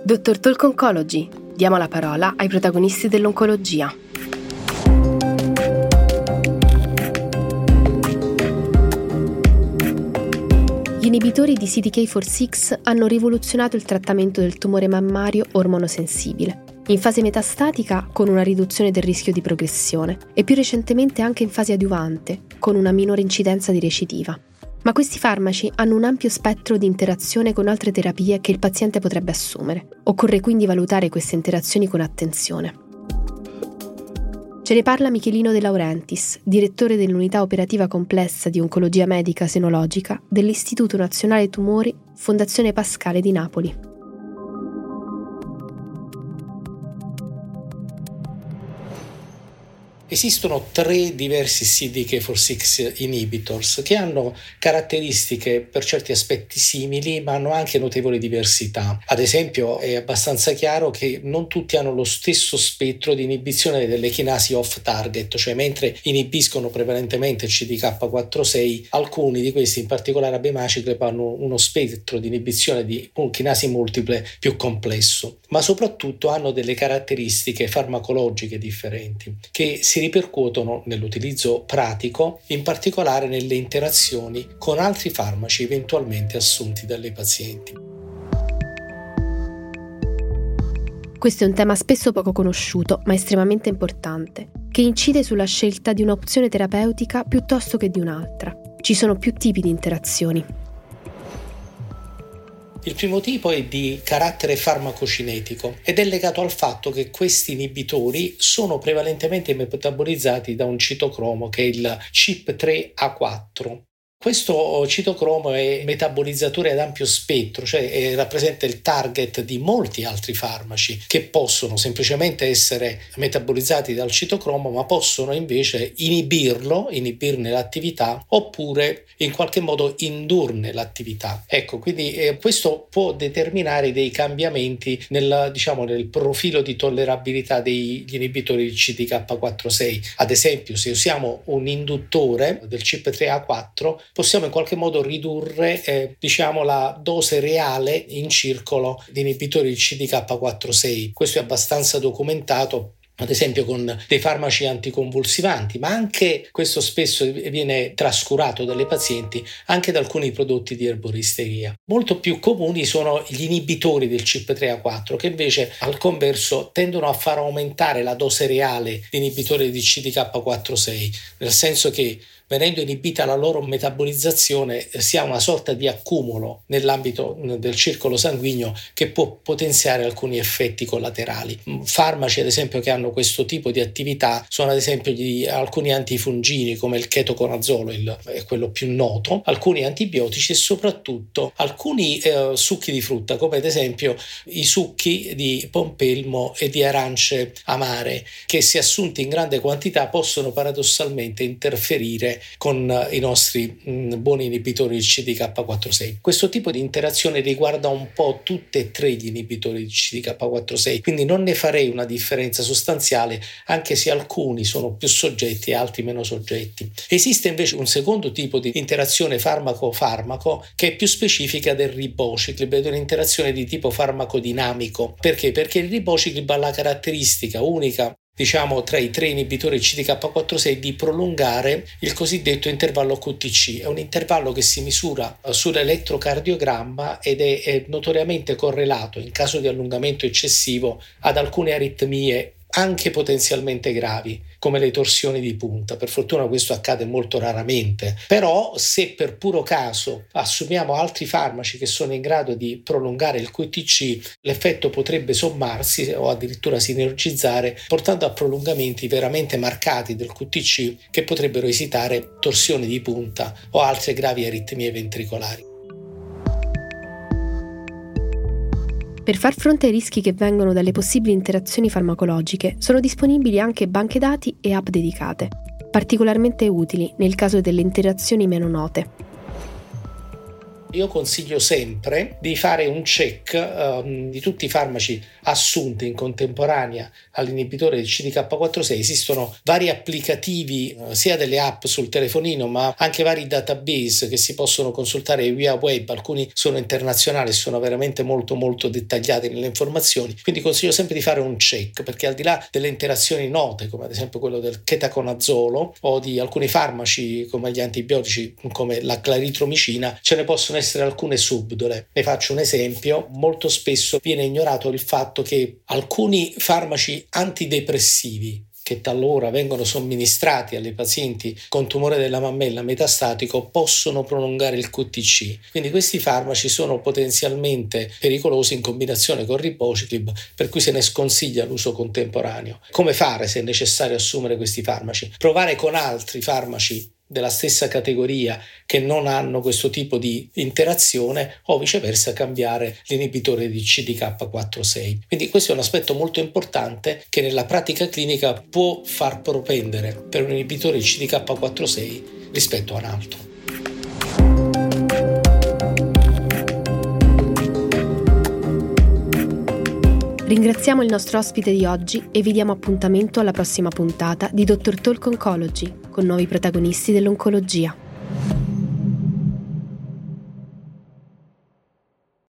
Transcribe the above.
Dottor Talk Oncology, diamo la parola ai protagonisti dell'oncologia. Gli inibitori di CDK4/6 hanno rivoluzionato il trattamento del tumore mammario ormonosensibile, in fase metastatica con una riduzione del rischio di progressione e più recentemente anche in fase adiuvante, con una minore incidenza di recidiva. Ma questi farmaci hanno un ampio spettro di interazione con altre terapie che il paziente potrebbe assumere. Occorre quindi valutare queste interazioni con attenzione. Ce ne parla Michelino De Laurentiis, direttore dell'unità operativa complessa di oncologia medica senologica dell'Istituto Nazionale Tumori Fondazione Pascale di Napoli. Esistono 3 diversi CDK4/6 inhibitors che hanno caratteristiche per certi aspetti simili, ma hanno anche notevoli diversità. Ad esempio, è abbastanza chiaro che non tutti hanno lo stesso spettro di inibizione delle chinasi off-target, cioè mentre inibiscono prevalentemente il CDK4/6, alcuni di questi, in particolare abemaciclib, hanno uno spettro di inibizione di chinasi multiple più complesso, ma soprattutto hanno delle caratteristiche farmacologiche differenti che si ripercuotono nell'utilizzo pratico, in particolare nelle interazioni con altri farmaci eventualmente assunti dalle pazienti. Questo è un tema spesso poco conosciuto, ma estremamente importante, che incide sulla scelta di un'opzione terapeutica piuttosto che di un'altra. Ci sono più tipi di interazioni. Il primo tipo è di carattere farmacocinetico ed è legato al fatto che questi inibitori sono prevalentemente metabolizzati da un citocromo che è il CYP3A4. Questo citocromo è metabolizzatore ad ampio spettro, cioè rappresenta il target di molti altri farmaci che possono semplicemente essere metabolizzati dal citocromo, ma possono invece inibirne l'attività oppure in qualche modo indurne l'attività. Ecco, quindi questo può determinare dei cambiamenti nel profilo di tollerabilità degli inibitori di CDK4/6. Ad esempio, se usiamo un induttore del CYP3A4, possiamo in qualche modo ridurre la dose reale in circolo di inibitori di CDK4/6. Questo è abbastanza documentato, ad esempio con dei farmaci anticonvulsivanti, ma anche questo spesso viene trascurato dalle pazienti anche da alcuni prodotti di erboristeria. Molto più comuni sono gli inibitori del CYP3A4 che invece al converso tendono a far aumentare la dose reale di inibitori di CDK4/6, nel senso che venendo inibita la loro metabolizzazione si ha una sorta di accumulo nell'ambito del circolo sanguigno che può potenziare alcuni effetti collaterali. Farmaci ad esempio che hanno questo tipo di attività sono ad esempio alcuni antifungini come il chetoconazolo, è quello più noto, alcuni antibiotici e soprattutto alcuni succhi di frutta come ad esempio i succhi di pompelmo e di arance amare che, se assunti in grande quantità, possono paradossalmente interferire con i nostri buoni inibitori di CDK4/6. Questo tipo di interazione riguarda un po' tutte e 3 gli inibitori di CDK4/6, quindi non ne farei una differenza sostanziale, anche se alcuni sono più soggetti e altri meno soggetti. Esiste invece un secondo tipo di interazione farmaco-farmaco che è più specifica del ribociclib, ed è un'interazione di tipo farmacodinamico. Perché? Perché il ribociclib ha la caratteristica unica tra i 3 inibitori CDK4/6 di prolungare il cosiddetto intervallo QTc. È un intervallo che si misura sull'elettrocardiogramma ed è notoriamente correlato, in caso di allungamento eccessivo, ad alcune aritmie anche potenzialmente gravi, come le torsioni di punta. Per fortuna questo accade molto raramente, però se per puro caso assumiamo altri farmaci che sono in grado di prolungare il QTc, l'effetto potrebbe sommarsi o addirittura sinergizzare, portando a prolungamenti veramente marcati del QTc che potrebbero esitare torsioni di punta o altre gravi aritmie ventricolari. Per far fronte ai rischi che vengono dalle possibili interazioni farmacologiche, sono disponibili anche banche dati e app dedicate, particolarmente utili nel caso delle interazioni meno note. Io consiglio sempre di fare un check di tutti i farmaci assunti in contemporanea all'inibitore del CDK4/6. Esistono vari applicativi, sia delle app sul telefonino, ma anche vari database che si possono consultare via web. Alcuni sono internazionali, sono veramente molto molto dettagliati nelle informazioni. Quindi consiglio sempre di fare un check, perché al di là delle interazioni note, come ad esempio quello del chetaconazolo o di alcuni farmaci come gli antibiotici, come la claritromicina, ce ne possono essere alcune subdole. Ne faccio un esempio: molto spesso viene ignorato il fatto che alcuni farmaci antidepressivi che talora vengono somministrati alle pazienti con tumore della mammella metastatico possono prolungare il QTc. Quindi questi farmaci sono potenzialmente pericolosi in combinazione con ribociclib, per cui se ne sconsiglia l'uso contemporaneo. Come fare se è necessario assumere questi farmaci? Provare con altri farmaci della stessa categoria che non hanno questo tipo di interazione, o viceversa cambiare l'inibitore di CDK4/6. Quindi questo è un aspetto molto importante che nella pratica clinica può far propendere per un inibitore di CDK4/6 rispetto a un altro. Ringraziamo il nostro ospite di oggi e vi diamo appuntamento alla prossima puntata di Dr. Talk Oncology con nuovi protagonisti dell'oncologia.